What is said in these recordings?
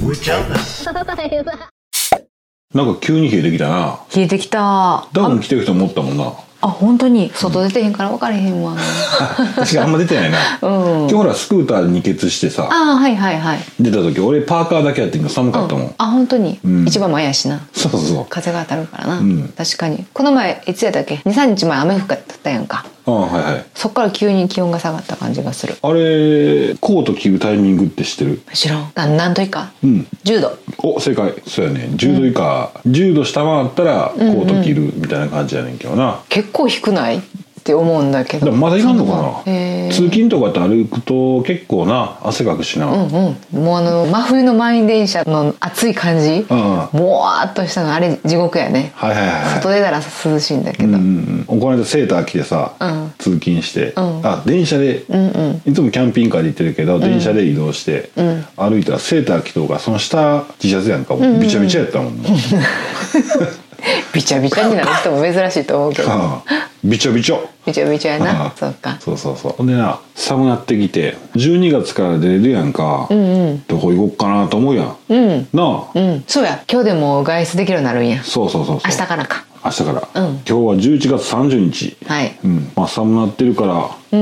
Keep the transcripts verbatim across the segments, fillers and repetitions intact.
なんか急に冷えてきたな。 冷えてきた。 ダウン着てる人もおったもんな。 あ、本当に外出てへんから分かれへんわな。 確かにあんま出てないな。うん、今日ほらスクーターで二欠してさ。 ああ、はいはいはい。 出た時俺パーカーだけやってんけど寒かったもん。うん、 あ、本当に、うん、一番前やしな。 そうそうそう。 風が当たるからな。うん、確かに。この前いつやったっけ？に、さんにちまえ雨降ったやんか。 ああ、はいはい。 そっから急に気温が下がった感じがする。 あれコート着るタイミングって知ってる？ 知らん。何度以下？ うん。 じゅうど。 お、正解。そうやね。じゅうど以下、うん、じゅうど下回ったらコート着るみたいな感じやねんけどな。うんうん、 結構低ない？って思うんだけど。 まだいかんのかな。通勤とかって歩くと結構な汗かくしな。うんうん。もうあの真冬の満員電車の暑い感じ、うん、もわーっとしたのあれ地獄やね。はいはいはい。外出たら涼しいんだけど。うんうんうん。この間セーター着てさ、うん、通勤して、うん、あ電車で、うんうん、いつもキャンピングカーで行ってるけど、うん、電車で移動して、うん、歩いたらセーター着とうがその下 T シャツやんかもうびちゃびちゃやったもん。うんうんびちゃびちゃになる人も珍しいと思うけど。 ああびちゃびちゃ。 びちゃびちゃやな。そうか。 そうそうそう。ほんでな寒なってきてじゅうにがつから出れるやんか。うんうん。どこ行こっかなと思うやん。うん。なあ。 うん。そうや。今日でも外出できるようになるんや。 そうそうそうそう。 明日からか。 明日から。うん。今日はじゅういちがつさんじゅうにち。はい。うん。まあ寒なってるから。うん。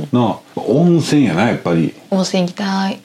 なあ。温泉やなやっぱり。 温泉行きたい。 うん。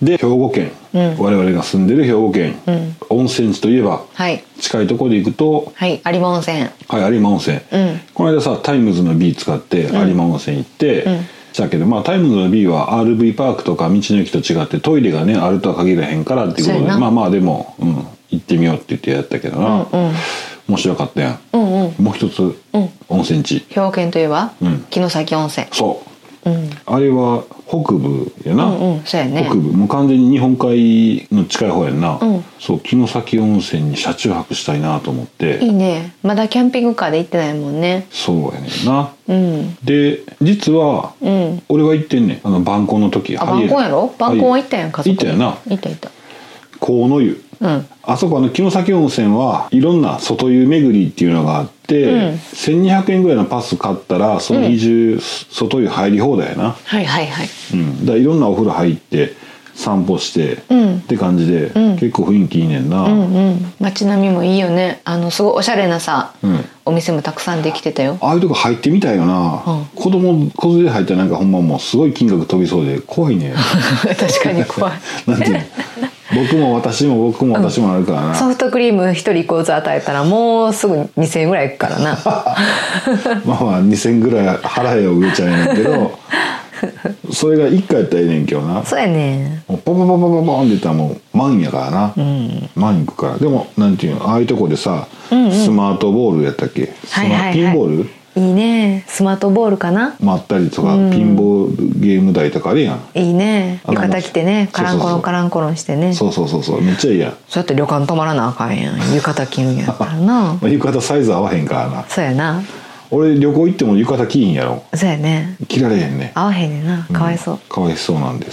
で兵庫県。うん、我々が住んでる兵庫県、うん、温泉地といえば、はい、近いところで行くと、 はい、有馬温泉。 はい、有馬温泉、うん、この間さタイムズの B 使って有馬温泉行って、うん、したけど、まあタイムズの B は アールブイ パークとか道の駅と違ってトイレがねあるとは限らへんからっていうことでまあまあでも、うん、行ってみようって言ってやったけどな、うんうん、面白かったやん、うんうん、もう一つ、うん、温泉地兵庫県といえば、うん、城崎温泉。 そう、うん、あれは北部やな、 うんうん、そうやね、 北部もう完全に日本海の近い方やんな、うん、そう城崎温泉に車中泊したいなと思って。 いいね。まだキャンピングカーで行ってないもんね。 そうやねんな、うん、で実は、うん、俺は行ってんねんあの晩婚の時。 あ晩婚やろ。晩婚は行ったやん家族で。 行ったやな。 行った行った。 河野湯、うん、あそこあの城崎温泉はいろんな外湯巡りっていうのがあって、うん、せんにひゃくえんぐらいのパス買ったらその日中、うん、外湯入り放題やな。はいはいはい、うん、だからいろんなお風呂入って散歩して、うん、って感じで、うん、結構雰囲気いいねんな、うんうん、街並みもいいよね。あのすごいおしゃれなさ、うん、お店もたくさんできてたよ。 ああいうとこ入ってみたいよな、うん、子供子連れで入ったらなんかほんまもうすごい金額飛びそうで怖いね。 確かに怖い。 なんていうの僕も私も僕も私もあるからな、うん、 ソフトクリーム一人一個ずつ与えたらもうすぐにせんえんぐらいいくからな。 まあまあにせんえんぐらい払えよ上ちゃうねんけどそれがいっかいやったらええねんけどな。 そうやね。 ポポポポポポンって言ったらもう万やからな、うん、万いくから。でもなんていうのああいうとこでさ、うんうん、スマートボールやったっけ、スマ、はいはいはい、ピンボールいいね。スマートボールかなまったりとか、うん、ピンボールゲーム台とかあるやん。 いいね。浴衣着てねカランコロンカランコロンしてね。 そうそうそうそうめっちゃいいやん。 そうやって旅館泊まらなあかんやん。浴衣着るんやからな。 浴衣サイズ合わへんからな。 そうやな。 俺旅行行っても浴衣着いんやろ。 そうやね。 着られへんね。 合わへんねんな。かわいそう、うん、 かわいそうなんです。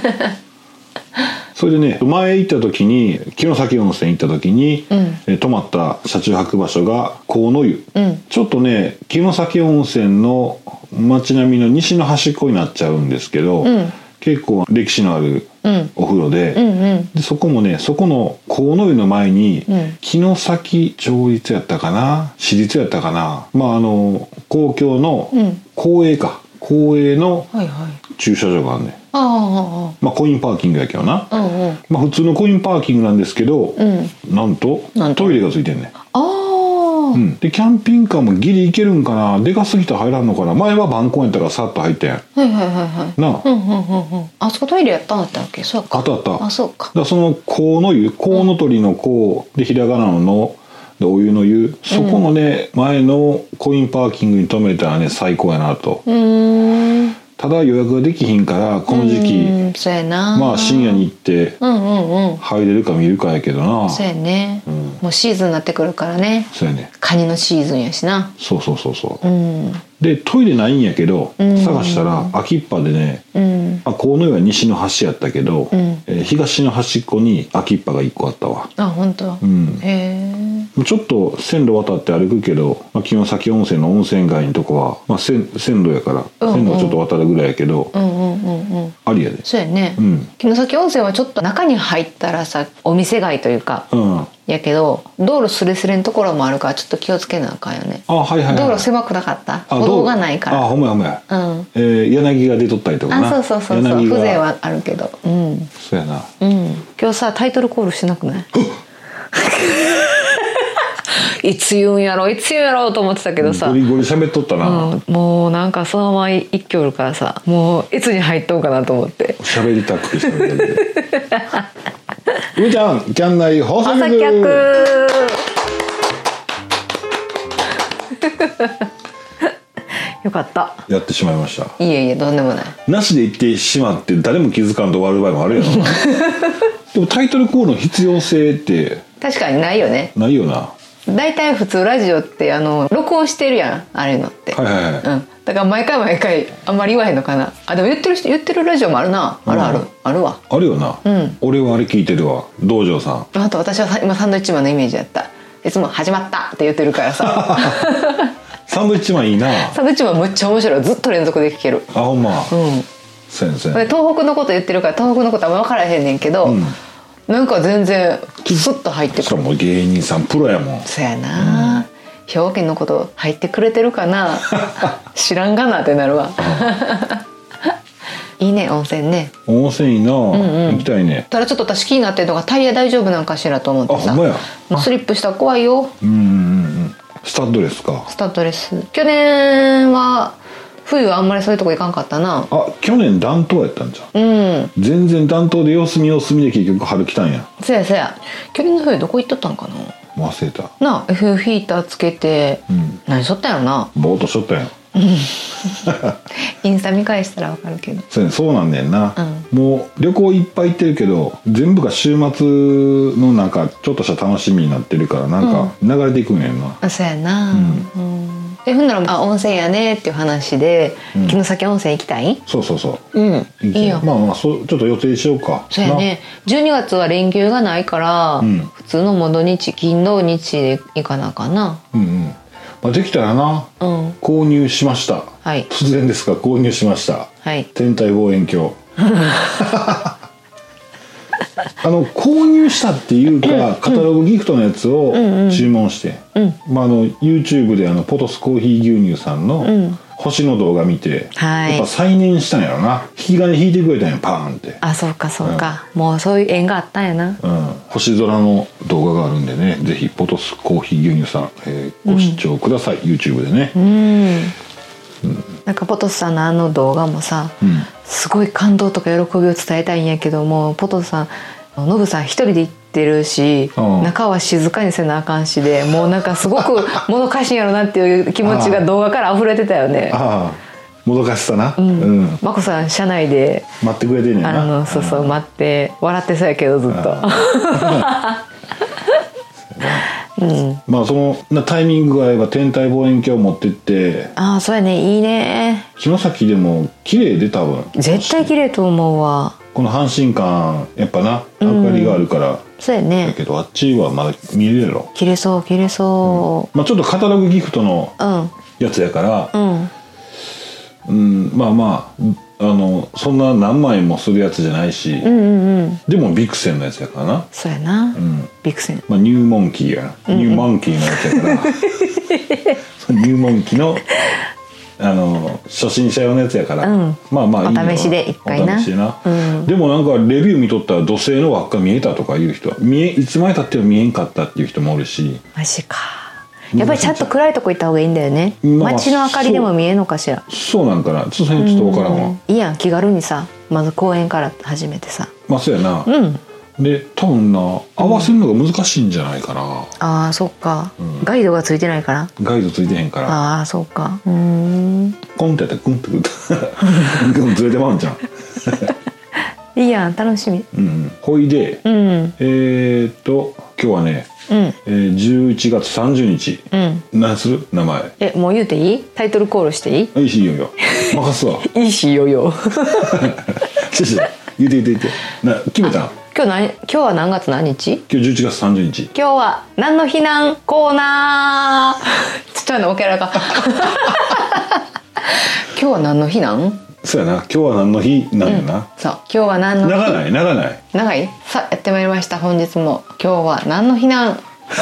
それでね前行った時に城崎温泉行った時に、うん、泊まった車中泊場所が河野湯、うん、ちょっとね城崎温泉の街並みの西の端っこになっちゃうんですけど、うん、結構歴史のあるお風呂 で,、うんうんうん、でそこもねそこの河野湯の前に、うん、城崎町立やったかな私立やったかなまああの公共の公営か、公営の駐車場があるね、ああまあコインパーキングやけどな、うんうん、まあ普通のコインパーキングなんですけど、うん、なんとトイレがついてんねん。ああ、うん、でキャンピングカーもギリ行けるんかな。でかすぎて入らんのかな。前は晩婚やったからさっと入ったやん。はいはいはいはいなあ、うんうんうんうん、あそこトイレやったんだったっけ。そうかあったあった。あそうか。だからその河野湯コウノトリのコウでひらがなののでお湯の湯そこのね、うん、前のコインパーキングに止めたらね最高やなと。うーんただ予約ができひんからこの時期、うん、そうやなまあ深夜に行って入れるか見るかやけどな。そうやね、うん、もうシーズンになってくるからね。そうやねカニのシーズンやしな。そうそうそうそう、うん、でトイレないんやけど、うん、探したら空きっぱでね、うんまあ、河野湯は西の端やったけど、うんえー、東の端っこに空きっぱがいっこあったわ。あ本当、うん、へえちょっと線路渡って歩くけど、まあ、城崎温泉の温泉街のとこは、まあ、線, 線路やから、うんうん、線路はちょっと渡るぐらいやけど、うんうんうんうん、 ありやで。 そうやね、 うん、 城崎温泉はちょっと中に入ったらさお店街というか、うん、やけど道路すれすれのところもあるからちょっと気をつけなあかんよね。 あ、はいはいはい、 道路狭くなかった。歩道がないから。 あ、ほんまやほんまや、 うん、 えー、柳が出とったりとかな。 あ、そうそうそうそう、風情はあるけど、うん、 そうやな、 うん、今日さタイトルコールしてなくないいつ言うんやろいつ言うんやろと思ってたけどさ、 ゴリゴリ喋っとったな、 うん、もうなんかそのまま一挙おるからさ、もういつに入っとんかなと思って喋りたくて喋る梅ちゃんキャン内放送局よかった、 やってしまいました。 いえいえ、どんでもない。 なしで言ってしまって誰も気づかんと終わる場合もあるやろなでもタイトルコールの必要性って確かにないよね。 ないよな。 大体普通ラジオってあの録音してるやん、あれのって、はいはいはい、うん、だから毎回毎回あんまり言わへんのかな。あ、でも言ってる人言ってるラジオもあるな、あるある、うん、あるわ、 あるよな、うん、俺はあれ聞いてるわ、道場さん。 あと私は今サンドイッチマンのイメージやった。いつも始まったって言ってるからさサンドイッチマンいいな。 サンドイッチマンむっちゃ面白い、ずっと連続で聞ける。あ、 ほんま、 うん、 先生東北のこと言ってるから東北のことあんま分からへんねんけど、うん、なんか全然スッと入ってくる。 しかも芸人さんプロやもん。 そうやな、うん、兵庫県のこと入ってくれてるかな知らんがなってなるわいいね、温泉ね。 温泉いいな、うんうん、行きたいね。 ただちょっと私気になってるのがタイヤ大丈夫なんかしらと思ってさ。 あ、ほんまや。 スリップしたら怖いよ。 うんうんうん。スタッドレスか。 スタッドレス。去年は冬はあんまりそういうとこ行かんかったな。 あ、去年暖冬やったんじゃん。うん。全然暖冬で様子見様子見で結局春来たんや。 そやそや。去年の冬どこ行っとったんかな。 忘れた。 なあ、エフヒーターつけて、うん、何しとったんやろな。 ぼーっとしとったんや。 インスタ見返したらわかるけど。 そう、そうなんだよな、うん、もう旅行いっぱい行ってるけど全部が週末のなんかちょっとした楽しみになってるからなんか流れていくんやんな、うん、 あ、そうやな、うんうん、え、ほんならあ温泉やねっていう話で、うん、城崎温泉行きたい？ そうそうそう、 うん、いいよ。 まあまあそうちょっと予定しようか。 そうやね、じゅうにがつは連休がないから、うん、普通のも土日金土日で行かなあかんな。うんうん、 まあ、できたらな、うん、購入しました、はい、突然ですが購入しました、はい、天体望遠鏡あの購入したっていうか、うん、カタログギフトのやつを注文して、うんうん、まあ、あの YouTube であのポトスコーヒー牛乳さんの星の動画見て、うん、やっぱ再燃したんやろな。引き金引いてくれたんや、パーンって。 あ、そうかそうか、うん、もうそういう縁があったんやな、うん、 星空の動画があるんでね、ぜひポトスコーヒー牛乳さん、えー、ご視聴ください、うん、YouTube でね、うん、うん、なんかポトスさんのあの動画もさ、うん、すごい感動とか喜びを伝えたいんやけども、ポトスさんノブさん一人で行ってるし、中は静かにせなあかんしで、もうなんかすごくもどかしいんやろなっていう気持ちが動画から溢れてたよね。ああ、もどかしさな。うん。 うん、まこさん車内で待ってくれてんねんな。 あのそうそう待って笑ってそうやけどずっと。 うん、まあそのなタイミングが合えば天体望遠鏡を持ってって。 ああ、そうやね、いいね。 城崎でも綺麗で多分。 絶対綺麗と思うわ。 この阪神館やっぱな明かりがあるから、うん、 そうやね。 だけどあっちはまだ見えるやろ。 綺麗そう綺麗そう、 うん、まあちょっとカタログギフトのやつやから、うん、うん、まあまああのそんな何万円もするやつじゃないし、うんうんうん、でもビクセンのやつやからな。 そうやな、うん、ビクセン、 まあ、ニューモンキーや、うんうん、ニューモンキーのやつやからニューモンキーのあの初心者用のやつやから、うん、まあまあいいの、 お試しで一回な、 お試しな、うん、でもなんかレビュー見とったら土星の輪っか見えたとかいう人は見えいつまでたっても見えんかったっていう人もおるし。 マジか。やっぱりちゃんと暗いとこ行った方がいいんだよね、まあ、街の明かりでも見えんのかしら。 そうなんかな、ちょっとちょっと分からんわ、うん、 いいやん、気軽にさ、まず公園から始めてさ。 まあそうやな、うん、で多分な合わせるのが難しいんじゃないかな、うん、 ああそっか、うん、ガイドがついてないから。 ガイドついてへんから。 ああそっか、うーん、 コンってやったらクンってくるとずれてまうんじゃんいいやん、楽しみ、 うん、ほいで、うん、えー、っと今日はね、うん、えー、じゅういちがつさんじゅうにち、うん、何する名前。 え、もう言うていい？タイトルコールしていい？ いいしいいよよ、任すわいいしいよよ言うて言うて言うてな、決めた？ 今日何、今日は何月何日？ 今日じゅういちがつさんじゅうにち。 今日は何の避難コーナーちっちゃいの分けられか今日は何の避難？ そうやな、今日は何の日なんやな、うん、 そう今日は何の日。 長ない長ない長い。さあやってまいりました。本日も今日は何の日なん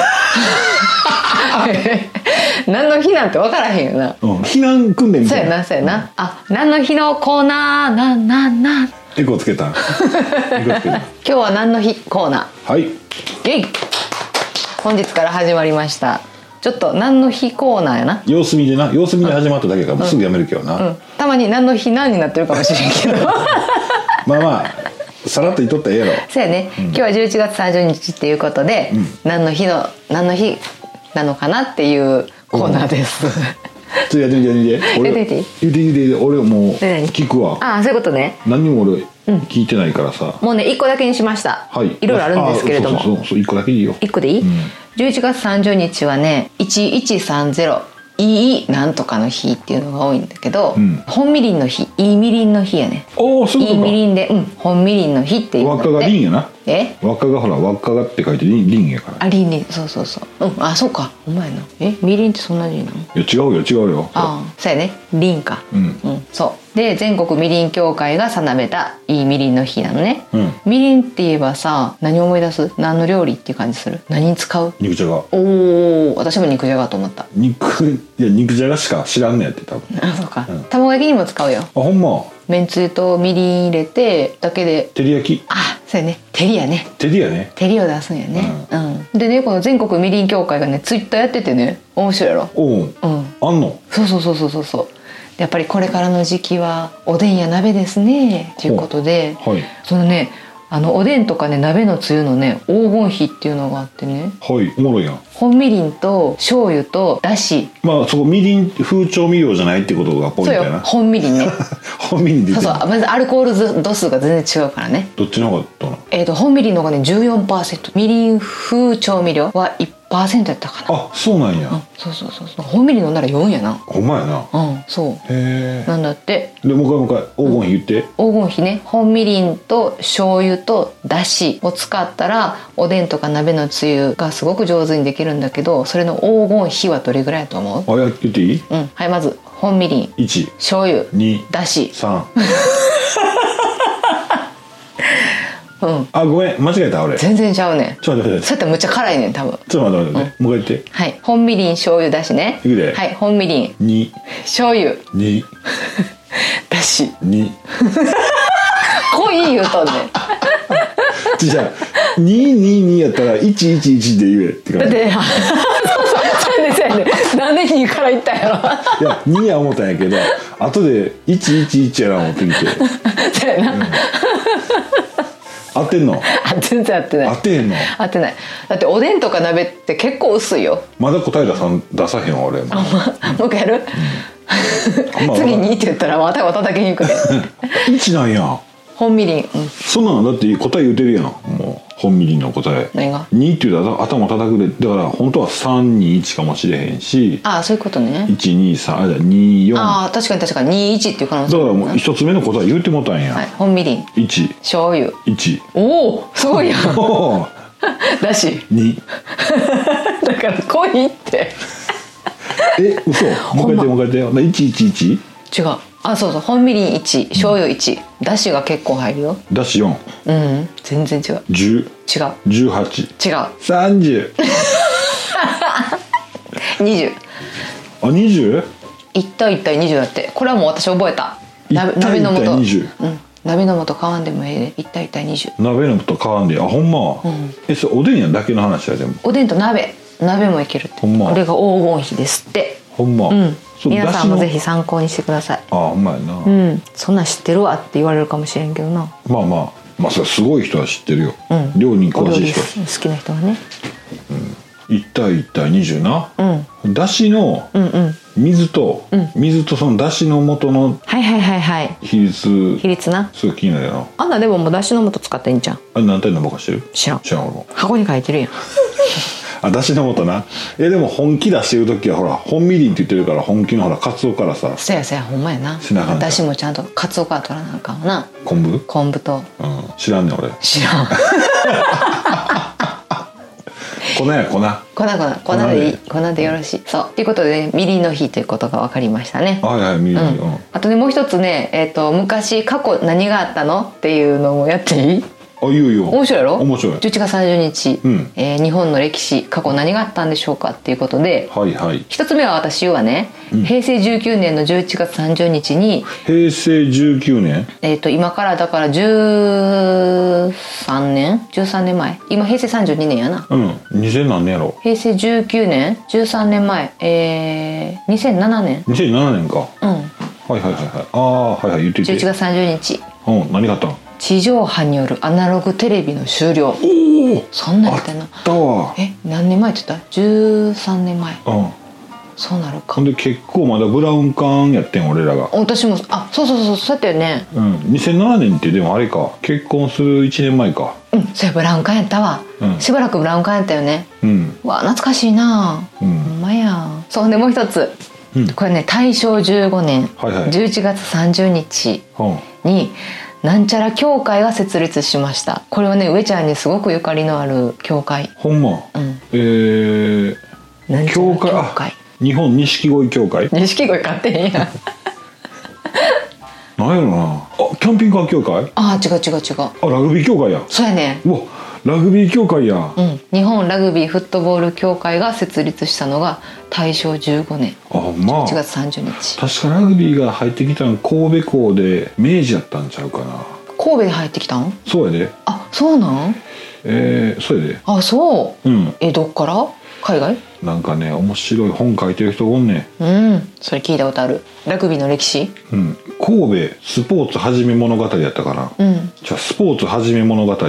何の日なんて分からへんよな、 うん、避難訓練みたいな。 そうやなそうやな、うん、あ何の日のコーナーなんなんなんエコつけたんエコつけた。 今日は何の日コーナー。はい。 イエイ。本日から始まりました。ちょっと何の日コーナーやな。 様子見でな、様子見で始まっただけから、うん、もうすぐやめるけどな、 うん、たまに何の日何になってるかもしれんけどまあまあさらっと言っとったらええやろ。 そうやね、うん、今日はじゅういちがつさんじゅうにちっていうことで、うん、何の日の何の日なのかなっていうコーナーです、うん、 ちょっとやってみてやってみて。俺言って言って俺もう聞くわ。 ああそういうことね。 何にも俺聞いてないからさ、 うん、もうねいっこだけにしました、はい、いろいろあるんですけれども。 そうそうそういっこだけでいいよ。 いっこでいい、うん、じゅういちがつさんじゅうにちはねいちいちさんゼロいいなんとかの日っていうのが多いんだけど、うん、本みりんの日、いいみりんの日やね。 おおそういうことか。 いいみりんで、うん、本みりんの日っていうので。 輪っかがりんやな。 え？ 輪っかがほら輪っかがって書いてりんりんやから。 ありんりんそうそうそう。うんあそうかお前な。えみりんってそんな字なの？いや違うよ違うよ。 ああそうやねりんか。うん、うん、そうで全国みりん協会が定めたいいみりんの日なのね。うん、みりんって言えばさ何思い出す？何の料理っていう感じする？何に使う？ 肉じゃが。 おお私も肉じゃがと思った。 肉いや肉じゃがしか知らんねやって多分。 あそうか、うん、卵焼きにも使うよ。あほんま。 めんつゆとみりん入れてだけで照り焼き。 あそうやね照りやね照りやね照りを出すんやね、うん、うん、でねこの全国みりん協会がねツイッターやっててね面白いやろ。 おう、うん、あんの。 そうそうそうそうそうそうやっぱりこれからの時期はおでんや鍋ですねということで、はい、そのねあのおでんとかね鍋のつゆのね黄金比っていうのがあってね。 はいおもろいやん。 本みりんと醤油とだし。 まあそこみりん風調味料じゃないってことがポイントやな。 そうよ本みりんね本みりんでそうそうまずアルコール度数が全然違うからね。 どっちの方がどうなの？えーと本みりんの方がね じゅうよんパーセント みりん風調味料はいちパーセント やったかな。 あそうなんや、 うん、そうそうそうそう本みりん飲んだらよんやな。 ほんまやな。 うんそうへえなんだって。 でもう一回もう一回黄金比言って、 うん、黄金比ね本みりんと醤油とだしを使ったらおでんとか鍋のつゆがすごく上手にできるんだけどそれの黄金比はどれぐらいだと思う？ あやっていい？ うんはいまず本みりんいち醤油にだしさんうん、 あごめん間違えた俺。 全然ちゃうねん。 ちょっと待って待って。 そうやったらむっちゃ辛いねん多分。 ちょっと待って待って、うん、もう一回言って。 はい本みりん醤油だしね。 いくで。 はい本みりんに醤油にだしに濃い言うとんねんじゃあにににやったらいちいちいちで言えって感じ。だってそうそうそうそうやねなんでにから言ったんやろいやにや思ったんやけど後でいちいちいちやな思ってみてそうやな、うん合ってんの？ あ全然合ってない。 合ってへんの？ 合ってない。だっておでんとか鍋って結構薄いよ。 まだ答え出さん出さへんわ俺。もう一回やる？うん、次にって言ったらまた叩きに行くね。 いちなんや。 本みりん、うん、 そんなのだって答え言うてるやんもう本みりんの答え。 何が？ にって言うたら頭叩くでだから本当はさんにいちかもしれへんし。 ああそういうことね。 いちにさんあじゃによん。 ああ確かに確かににいちっていう可能性。 だからもう一つ目の答え言うてもたんや。はい、 本みりんいち醤油いちおおすごいやんだしにだから濃いってえ嘘もう一回言ってもう一回言っていちいちいち違うあそうそう本みりんいち醤油いち、うん、だしが結構入るよ。 だしよんうん全然違うじゅう違うじゅうはち違うさんじゅうにじゅうあにじゅういち対いち対にじゅうだって。これはもう私覚えた。鍋の素にじゅう、うん、鍋の素買わんでもええでいち対いち対にじゅう鍋の素買わんであほんま、うん、えそれおでんやだけの話やでもおでんと鍋鍋もいけるって。ほんまこれが黄金比ですってほんま、うん、 皆さんもぜひ参考にしてください。 あほんまやな、 うん、そんなん知ってるわって言われるかもしれんけどな。 まあまあまあそれすごい人は知ってるよ、うん、料理に詳しい人は好きな人はね、 うん、いち対いち対にじゅうな、うん、だしの水と、うん、水とそのだしの素のはいはいはいはい比率比率なすごい気になるよな。 あんなでももうだしの素使っていいんじゃん。 あれ何対何ぼかしてる？ 知らん知らん俺も箱に書いてるやんあだしの素な。えでも本気出してる時はほら本みりんって言ってるから本気のほらカツオからさそやそやほんまやな。だしもちゃんとカツオから取らなあかんわな。 昆布昆布と、 うん、知らんねん俺知らん粉や粉。 粉粉粉でいい、粉でよろしい。そうということで、ね、みりんの日ということが分かりましたね。 はいはいみりん、うん、 あとねもう一つね、えーと、昔過去何があったのっていうのもやっていい？ あ、いいよいいよ。 面白いやろ？ 面白い。 じゅういちがつさんじゅうにち、うん、えー、日本の歴史過去何があったんでしょうかっていうことで、 はいはい、 一つ目は私はね、うん、へいせいじゅうきゅうねんのじゅういちがつさんじゅうにちにへいせいじゅうきゅうねん、 えーと今からだからじゅうさんねんじゅうさんねんまえ、今へいせいさんじゅうにねんやな。 うんにせん何年やろ。 へいせいじゅうきゅうねんじゅうさんねんまえ、えー、にせんななねんにせんななねんか。 うん、 はいはいはいはい。ああはいはい言ってて。 じゅういちがつさんじゅうにち、 うん、何があったの？ 地上波によるアナログテレビの終了。 おお、 そんなんやったな。 あったわ。 え、何年前って言った？じゅうさんねんまえ。 うん、 そうなるか。 ほんで結構まだブラウン管やってん俺らが。 私も、あ、そうそうそうそうやったよね。 うん、にせんななねんってでもあれか、結婚するいちねんまえか。 うん、それブラウン管やったわ、うん、しばらくブラウン管やったよね。うん、わ、懐かしいな。うん、ほんまや。そうでもう一つ、うん、これね大正じゅうごねん、はいはい、じゅういちがつさんじゅうにちに、うん、なんちゃら協会が設立しました。これはね上ちゃんにすごくゆかりのある協会。 ほんま、うん、えー、 なんちゃら協会、協会、 日本錦鯉協会。 錦鯉買ってへんやん。 なんやろなあ、キャンピングカー協会。 ああ違う違う違う。 あ、ラグビー協会や。 そうやね。 うわ、ラグビー協会や、 うん、日本ラグビーフットボール協会が設立したのが大正じゅうごねん、 あ、まあ、 いちがつさんじゅうにち。 確かラグビーが入ってきたの神戸港で明治やったんちゃうかな。 神戸で入ってきたん？ そうやで。 あ、そうなん？ えー、そうやで。 あ、そう、うん、え、どっから？海外？ なんかね面白い本書いてる人おんねん。うん、それ聞いたことある。ラグビーの歴史？ うん、神戸スポーツはじめ物語やったかな、うん、じゃあスポーツはじめ物語、うん、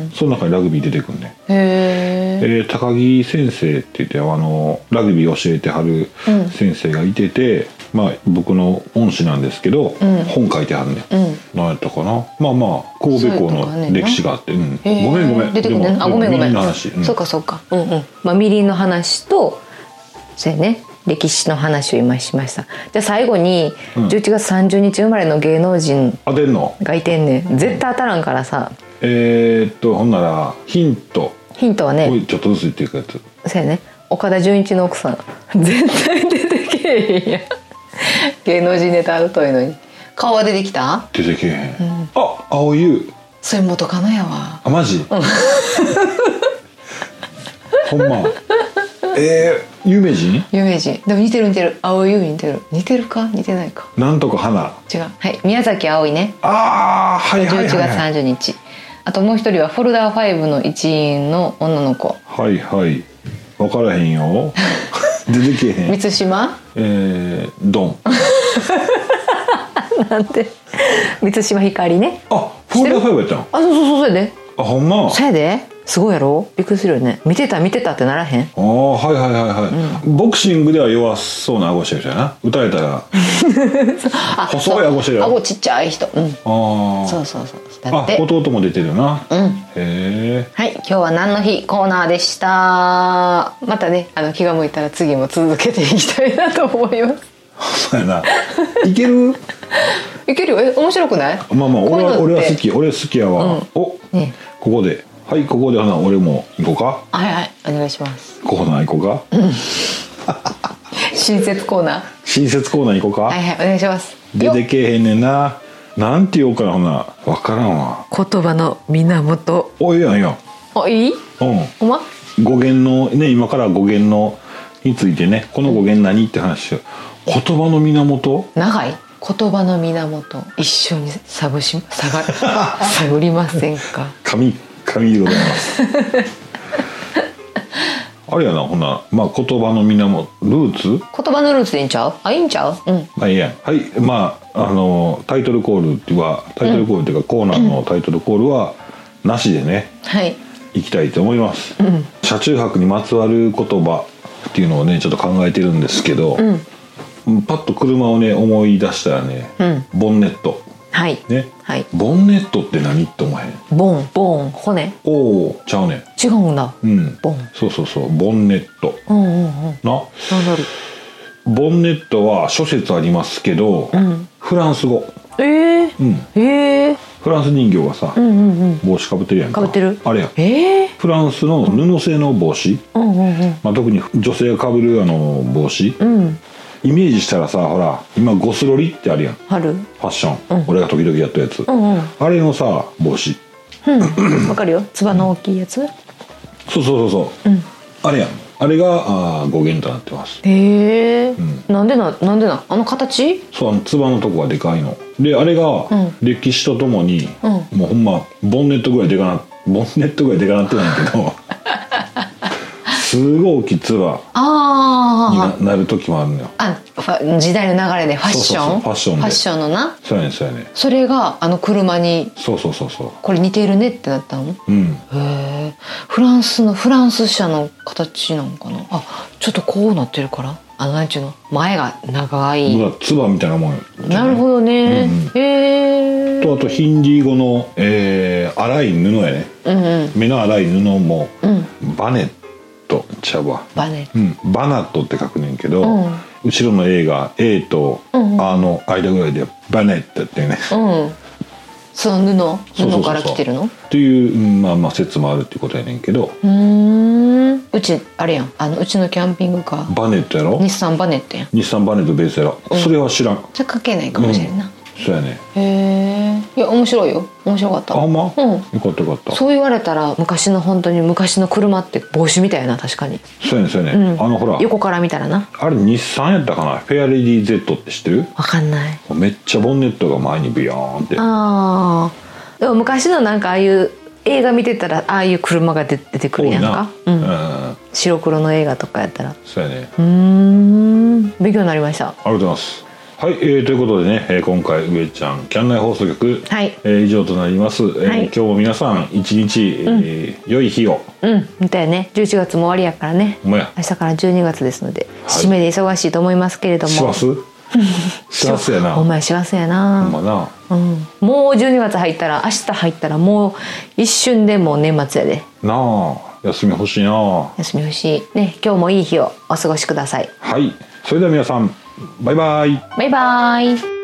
その中にラグビー出てくんね。へえ。えー、高木先生って言ってあのラグビー教えてはる先生がいてて、うん、まあ僕の恩師なんですけど、うん、本書いてはんねん、うん、何やったかな。まあまあ神戸港の歴史があって、うん、ごめんごめん出てくるね。あ、ごめんごめん。 の話、うん、 そうかそうか。うんうん。まあみりんの話とそうやね、歴史の話を今しました。じゃあ最後にじゅういちがつさんじゅうにち生まれの芸能人がいてんねん。絶対当たらんからさ。 えー、っとほんならヒント。 ヒントはね、 ちょっとずつ言っていくやつ。 そうやね、岡田准一の奥さん。絶対出てけえへんやん。芸能人ネタあるというのに。顔は出てきた？ 出てけえへん、うん、あ、蒼井優。 それ元カノやわ。 あ、マジ？うん、ほんま。えー、有名人？ 有名人。でも似てる似てる。蒼井優似てる。似てるか似てないか。 なんとか花。 違う。はい、宮崎あおいね。 ああ、はいはいはい、はい。 じゅういちがつさんじゅうにち。あともう一人はフォルダーファイブの一員の女の子。 はいはい。分からへんよ。出てけへん。 満島？ えー、ドン。 なんて。満島ひかりね。 あ、フォルダーファイブやったの？ あ、そうそうそうそうやで。 あ、ほんま。 そうやで。すごいやろ。びっくりするよね。見てた見てたってならへん？ ああ、はいはいはいはい、うん、ボクシングでは弱そうな顎してる人やな。打たれたら細い顎してる。 顎ちっちゃい人。うん、ああ、そうそうそう。 だって。あ、弟も出てるな。うん。へえ。 はい、今日は何の日コーナーでした。またね、あの気が向いたら次も続けていきたいなと思います。 そうやな。いける？ いけるよ。え、面白くない？ まあまあ、俺は俺は好き。俺好きやわ。うん、お、ね、ここで。はい、ここではな、俺も行こうか。 はいはい、お願いします。 コーナー行こうか。うん、 新設コーナー。 新設コーナー行こうか。 はいはい、お願いします。 出てけえへんねんな。なんて言おうかな、ほんな。わからんわ。 言葉の源。 お、いいやんいいやん。 あ、いい？うん。ほんま？ 語源のね、今から語源のについてね、この語源何って話。言葉の源？ 長い。言葉の源、一緒に探し探探りませんか。 神神でございます。あれやな、ほな、まあ言葉の源、ルーツ？ 言葉のルーツでいいんちゃう？あ、いいんちゃう？うん。 まあいいや。はい、まああのタイトルコールっていうはタイトルコールっていうか、コーナーのタイトルコールはなしでね。はい。行きたいと思います。うん、車中泊にまつわる言葉っていうのをねちょっと考えてるんですけど。うん、パッと車をね思い出したらね、うん、ボンネット、はいね、はい、ボンネットって何って思えへん？ ボンボン骨。 おお、ちゃうねん。 違うんだ。 うん、ボン。そうそうそう、ボンネット。うんうんうん。な。なんだろう。ボンネットは諸説ありますけど、うん、フランス語。 ええー。うん。ええー。 フランス人形がさ、うんうんうん、帽子かぶってるやんか。 かぶってる。 あれやん、 えー、 フランスの布製の帽子、うんうんうん、まあ、特に女性がかぶるあの帽子、うん、イメージしたらさ、ほら今ゴスロリってあるやん、 あるファッション、うん、俺が時々やったやつ、 うんうん、 あれのさ帽子、 うん、わかるよ、つばの大きいやつ、 そうそうそうそう、うん、あれやん、あれがあ語源となってます。 へえ、うん、なんでななんでなあの形、 そう、あのつばのとこがでかいので、あれが歴史とともに、うん、もうほんまボンネットぐらいでかなボンネットぐらいでかなってないけどすごい大きいつばに な, なる時もあるのよ。 あ、時代の流れでファッション、そうそうそう、ファッションで、ファッションのな、 そうやねそうやね、 それがあの車に、 そうそうそうそう、 これ似てるねってなったの。うん、へえ、フランスのフランス車の形なのかな。あ、ちょっとこうなってるから、あのなんちゅうの、前が長いつばみたいなもんよ。 なるほどね、うんうん、へえ。 とあとヒンディー語の、えー、粗い布やね、うんうん、目の粗い布も、うん、バネットちゃうわ、 バネ、 うん、バナットって書くねんけど、うん、後ろの A が A と A の間ぐらいでバネットっていうね、うん、 その布布から来てるのっていう、まあまあ説もあるっていうことやねんけど、 うーん、うちあれやん、あのうちのキャンピングカーバネットやろ、 日産バネットやん、 日産バネットベースやろ、うん、それは知らん、 それ関係ないかもしれんな、うん、 そうやね。 へえ、いや面白いよ、面白かった。 あ、ほんま、うん、よかったよかった。 そう言われたら昔の本当に昔の車って帽子みたいな、確かに。 そうやねそうやね、うん、あのほら横から見たらな、 あれ日産やったかな、フェアレディ Z って知ってる？ わかんない。 めっちゃボンネットが前にビヨーンって。 ああ、でも昔のなんかああいう映画見てたらああいう車が出てくるやんか、うん、うん、白黒の映画とかやったら。 そうやね。 うーん、勉強になりました。 ありがとうございます。はい、えー、ということでね、えー、今回上ちゃんキャン内放送局、はい、えー、以上となります、えーはい、今日も皆さん一日、えーうん、良い日を。うんみたいね、じゅういちがつも終わりやからね、明日からじゅうにがつですので、はい、締めで忙しいと思いますけれども、 します幸せやな、 お前幸せやな、 ほんまな、 うん、もうじゅうにがつ入ったら、明日入ったらもう一瞬でもう年末やでなあ。休み欲しいな、 休み欲しいね。今日もいい日をお過ごしください。 はい、それでは皆さんバイバイ。 バイバイ。